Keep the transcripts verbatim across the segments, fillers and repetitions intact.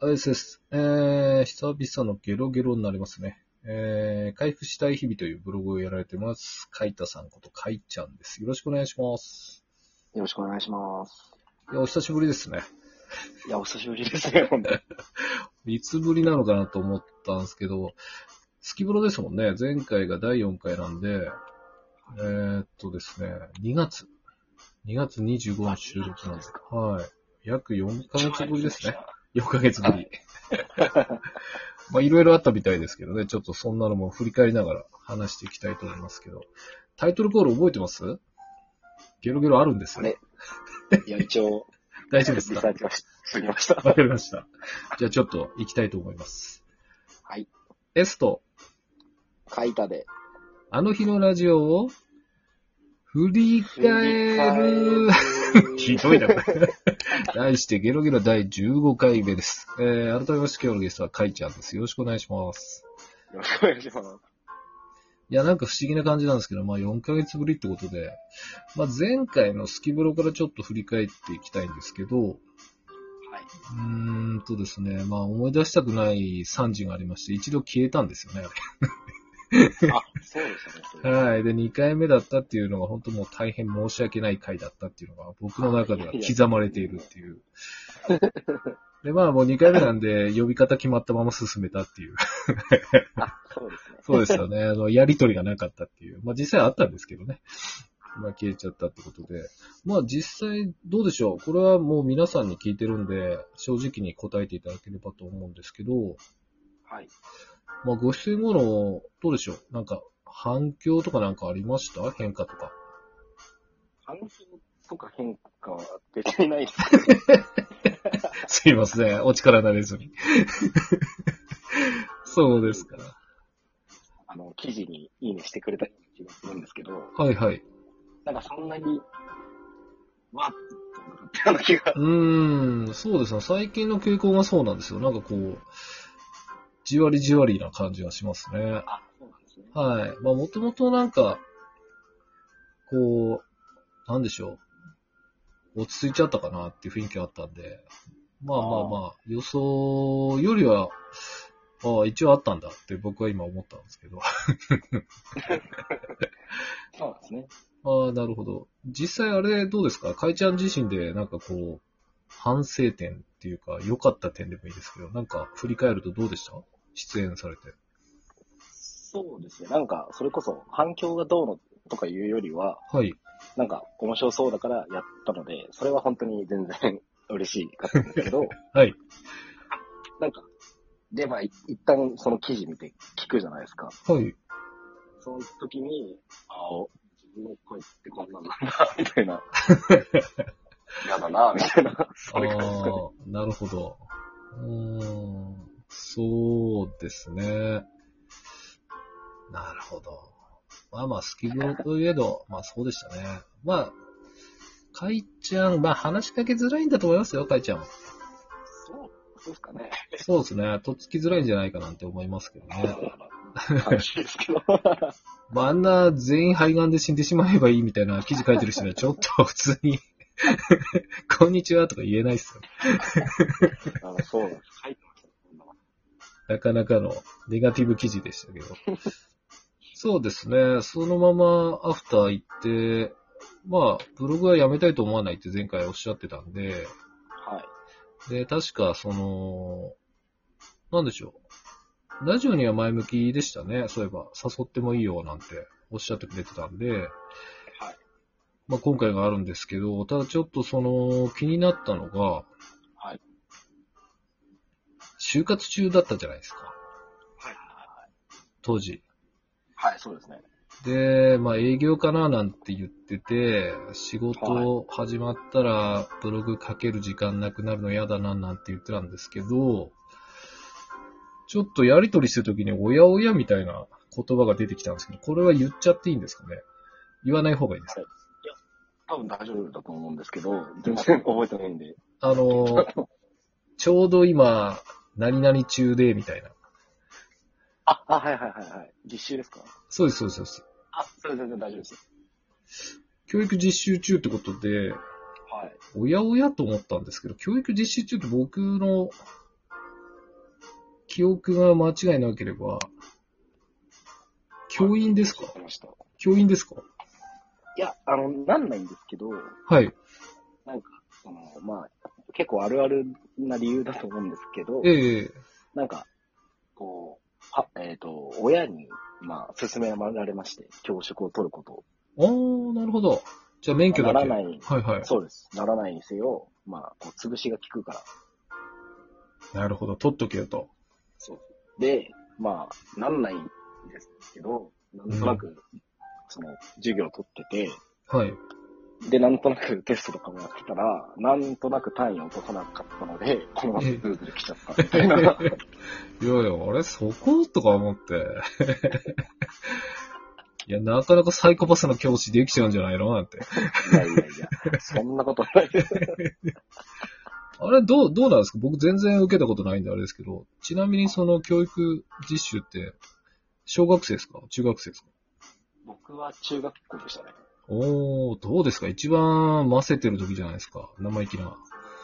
あれです。えー、久々のゲロゲロになりますね。えー、回復したい日々というブログをやられてます。カイタさんことカイちゃんです。よろしくお願いします。 よろしくお願いします。 いや、お久しぶりですね。 いや、お久しぶりですね、ほんと。 いつぶりなのかなと思ったんですけど、スキブロですもんね。前回がだいよんかいなんで、えー、っとですね、にがつ。にがつにじゅうごにち収録なんですか。はい。約よんかげつぶりですね。よんかげつぶり。まあいろいろあったみたいですけどね、ちょっとそんなのも振り返りながら話していきたいと思いますけど、タイトルコール覚えてます？ゲロゲロあるんですよ。 あれいや、一応、 大丈夫ですか？ リサーチはしすぎました。 わかりました。じゃあちょっと行きたいと思います。 はい。 エスト、 書いたで。 あの日のラジオを振り返る。ひどいな、これ。題してゲロゲロだいじゅうごかいめです。えー、改めまして今日のゲストはカイちゃんです。よろしくお願いします。 よろしくお願いします。 いや、なんか不思議な感じなんですけど、まあよんかげつぶりってことで、まあ前回のスキブロからちょっと振り返っていきたいんですけど、 はい。 うーんとですね、まあ思い出したくない惨事がありまして、一度消えたんですよね、あれ。 あ、そうでしたね、それ。 はい。で、にかいめだったっていうのが本当もう大変申し訳ない回だったっていうのが僕の中では刻まれているっていう。で、まあもうにかいめなんで呼び方決まったまま進めたっていう。 あ、そうですね。 そうですよね。あの、やりとりがなかったっていう。まあ実際あったんですけどね。まあ消えちゃったってことで。まあ実際どうでしょう。これはもう皆さんに聞いてるんで、正直に答えていただければと思うんですけど、 はい。 まあご出演後の、どうでしょう。なんか反響とかなんかありました？変化とか。 反響とか変化は出てないですね。 すいません。お力なれずに。そうですか。 あの、記事にいいねしてくれたような気がするんですけど、 はいはい。 なんかそんなに、わっとなかったような気が。 うーん、そうですね。最近の傾向がそうなんですよ。なんかこう、じわりじわりな感じがしますね。 あ、そうなんですね。 はい。まあもともとなんか、こう、なんでしょう。落ち着いちゃったかなっていう雰囲気があったんで、まあまあまあ、予想よりは、ああ、一応あったんだって僕は今思ったんですけど。 そうなんですね。 ああ、なるほど。実際あれどうですか？かいちゃん自身でなんかこう、反省点っていうか、良かった点でもいいですけど、なんか振り返るとどうでした？出演されて。 そうですね。なんか、それこそ反響がどうのとかいうよりは、 はい。 なんか面白そうだからやったので、それは本当に全然嬉しかったんですけど、 はい。 なんか、で、まあ、い一旦その記事見て聞くじゃないですか。 はい。 その時に、ああ、自分の声ってこんなんなんだ、みたいな。嫌だな、みたいな。それくらいですかね。 ああ、なるほど。うーん。そうですね。なるほど。まあまあ、スキブロといえど、まあそうでしたね。まあ、かいちゃん、まあ話しかけづらいんだと思いますよ、かいちゃんは。 そう、そうですかね。 そうですね。とっつきづらいんじゃないかなんて思いますけどね。 楽しいですけど。 まあ、あんな全員肺がんで死んでしまえばいいみたいな記事書いてる人にはちょっと普通にこんにちはとか言えないっすよ。 あのそうなんです。書いてました。 なかなかのネガティブ記事でしたけど。そうですね。そのままアフター行って、まあ、ブログはやめたいと思わないって前回おっしゃってたんで、 はい。 で、確かその、なんでしょう。ラジオには前向きでしたね。そういえば、誘ってもいいよなんておっしゃってくれてたんで、 はい。 まあ今回があるんですけど、ただちょっとその気になったのが、 はい。 就活中だったじゃないですか。 はい。はい。 当時。 はい、そうですね。 で、まあ営業かななんて言ってて、仕は事始まったらブログ書ける時間なくなるの嫌だななんて言ってたんですけど、ちょっとやりとりしてるときにおやおやみたいな言葉が出てきたんですけど、これは言っちゃっていいんですかね？言わない方がいいですか？ い。いや、多分大丈夫だと思うんですけど、全然覚えてないんで。 あの、ちょうど今、何々中で、みたいな。 あ、あ、はいはいはいはい。実習ですか？ そうです、そうです、そうです。 あ、それ全然大丈夫ですよ。 教育実習中ってことで、 はい。 おやおやと思ったんですけど、教育実習中って僕の記憶が間違いなければ、教員ですか？教員ですか？ いや、あの、なんないんですけど、 はい。 なんか、その、まあ、結構あるあるな理由だと思うんですけど、 ええなんか、こう、は、えっと、親に、まあ、勧められまして、教職を取ることを。 おー、なるほど。じゃあ免許だけ。 ならない。 はいはい。 そうです。ならないにせよ、まあ、こう、潰しが効くから。 なるほど。取っとけよと。 そう。で、まあ、なんないんですけど、なんとなく、うん、その、授業を取ってて、 はい。 で、なんとなくテストとかもやってたら、なんとなく単位を落とさなかったので、このままルーズで来ちゃったみたいな。いやいや、あれ、そことか思って。いや、なかなかサイコパスな教師できちゃうんじゃないのなんて。 いやいやいや、そんなことないです。 あれ、どう、どうなんですか？僕全然受けたことないんであれですけど、ちなみにその教育実習って、小学生ですか？中学生ですか？ 僕は中学校でしたね。 おー、どうですか？一番ませてる時じゃないですか。生意気な。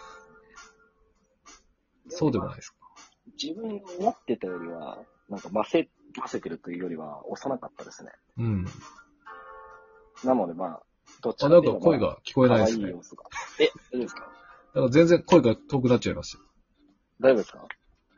そうでもないですか？ 自分が思ってたよりは、なんかませ、ませてるというよりは、幼かったですね。 うん。 なのでまあ、どっちあ、 かというと、 なんか声が聞こえないですね。 可愛い様子が。え、大丈夫ですか？ だから全然声が遠くなっちゃいますよ。 大丈夫ですか？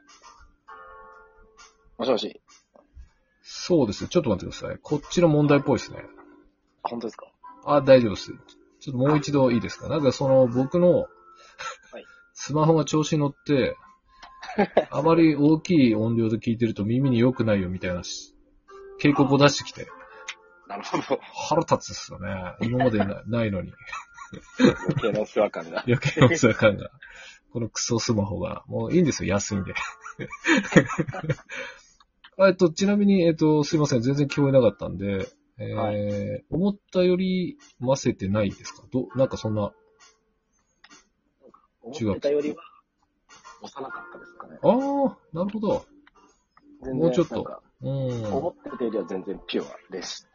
もしもし。 そうです。ちょっと待ってください。こっちの問題っぽいですね。 本当ですか？ あ、大丈夫です。ちょっともう一度いいですか？なんかその僕のスマホが調子に乗って、あまり大きい音量で聞いてると耳に良くないよみたいな警告を出してきて。 なるほど。 腹立つっすよね。今まで な, ないのに。 余計なお世話感が。 余計なお世話感が。このクソスマホが。もういいんですよ、安いんで。えっと、ちなみに、えっと、すいません。全然聞こえなかったんで、えーはい、思ったよりませてないですか？ど、なんかそんな。 思ってたよりは幼かったですかね。 ああ、なるほど。もうちょっと。 うん、思ってたよりは全然ピュアでして、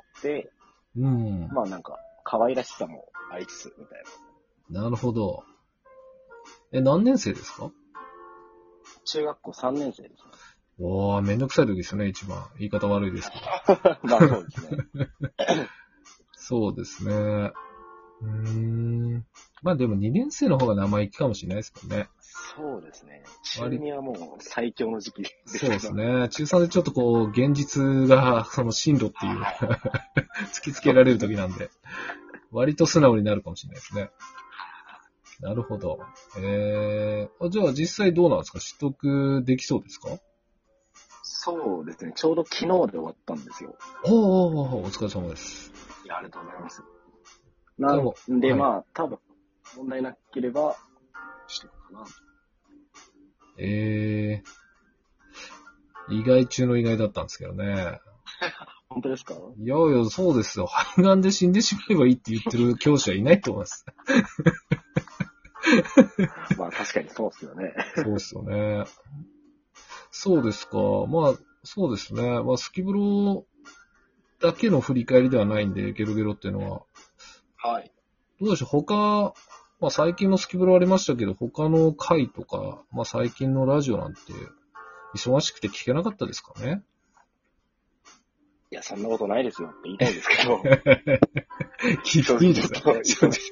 うん、まあなんか、可愛らしさもありつつ、みたいな。なるほど。え、何年生ですか？ 中学校さんねん生ですね。 おー、めんどくさい時ですね、一番。言い方悪いですけど。まあそうですね。 そうですね。うーん。まあでもにねん生の方が生意気かもしれないですもんね。 そうですね。中にはもう最強の時期です。 そうですね。中さんでちょっとこう、現実が、その進路っていう、突きつけられる時なんで、割と素直になるかもしれないですね。なるほど。えー、じゃあ実際どうなんですか？取得できそうですか？ そうですね。ちょうど昨日で終わったんですよ。 おーおーおーお疲れ様です。 いや、ありがとうございます。なんで、はい、まあ、多分、問題なければ、してるかな。 えー、意外中の意外だったんですけどね。 本当ですか？ いやいや、そうですよ。肺がんで死んでしまえばいいって言ってる教師はいないと思います。 まあ確かにそうですよね。 そうですよね。そうですか。まあ、そうですね。まあ、スキブロだけの振り返りではないんで、ゲロゲロっていうのは。 はい。 どうでしょう、他、まあ最近のスキブロありましたけど、他の回とか、まあ最近のラジオなんて、忙しくて聞けなかったですかね？ いや、そんなことないですよって言いたいですけど。 いいですよね。正直。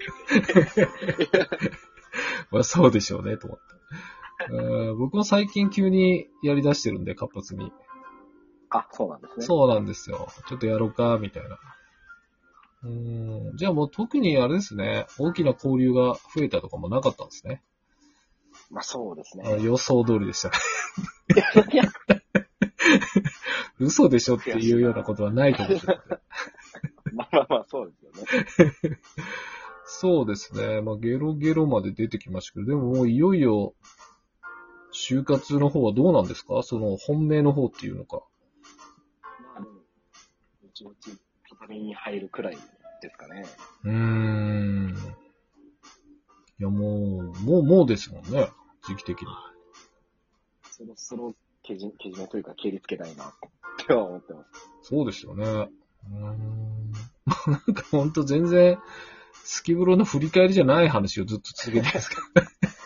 まあそうでしょうね、と思って。僕も最近急にやり出してるんで、活発に。 あ、そうなんですね。 そうなんですよ。ちょっとやろうか、みたいな。うーん。じゃあもう特にあれですね、大きな交流が増えたとかもなかったんですね。 まあそうですね。 予想通りでしたね。嘘でしょっていうようなことはないと思う。 まあまあまあ、そうですよね。 そうですね。まあゲロゲロまで出てきましたけど、でももういよいよ、就活の方はどうなんですか？その本命の方っていうのか。 まあでも、うちうち畳に入るくらいですかね。 うーん。いやもう、もう、もうですもんね。時期的に。 そろそろけじ、けじめというか、蹴りつけたいな、っては思ってます。 そうですよね。うーん。なんかほんと全然、スキブロの振り返りじゃない話をずっと続けてるんですけど。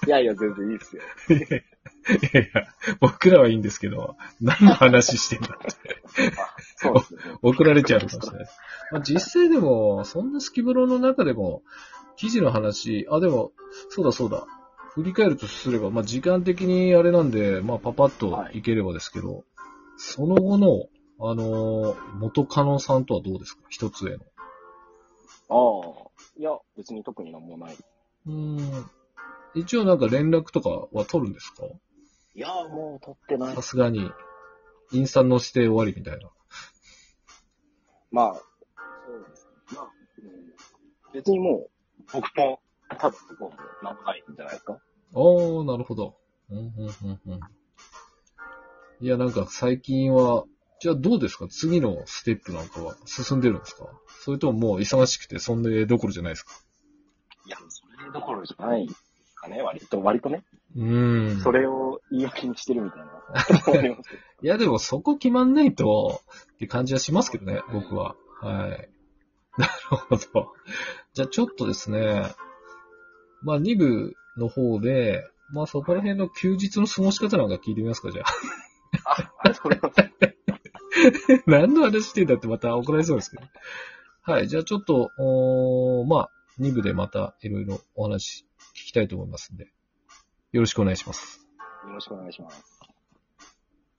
いやいや、全然いいっすよ。 いやいや、僕らはいいんですけど、何の話してんだって。 あ、そうですね。 怒られちゃうかもしれない。まあ、実際でも、そんなスキブロの中でも、記事の話、あ、でも、そうだそうだ。振り返るとすれば、まあ、時間的にあれなんで、まあ、パパッといければですけど、はい、その後の、あのー、元カノさんとはどうですか？一つへの。 ああ、いや、別に特になんもない。 うーん。一応なんか連絡とかは取るんですか？ いや、もう取ってない。 さすがに、インスタ載せて終わりみたいな。 まあ、そうですね。まあ、うん、別にもう、僕も、多分僕もなんもないんじゃないですか？ おー、なるほど。うんうんうんうん。いや、なんか最近は、じゃあどうですか？次のステップなんかは進んでるんですか？それとももう忙しくてそんなどころじゃないですか？ いや、それどころじゃないかね、割と、割とね。 うーん。それを言い訳にしてるみたいな。いや、でもそこ決まんないと、って感じはしますけどね、僕は。はい。なるほど。じゃあちょっとですね、まあに部の方で、まあそこら辺の休日の過ごし方なんか聞いてみますか、じゃあ。 あ、ありがとうございます。 何の話してんだってまた怒られそうですけど。はい。じゃあちょっと、おまあ、に部でまたいろいろお話聞きたいと思いますんで、よろしくお願いします。 よろしくお願いします。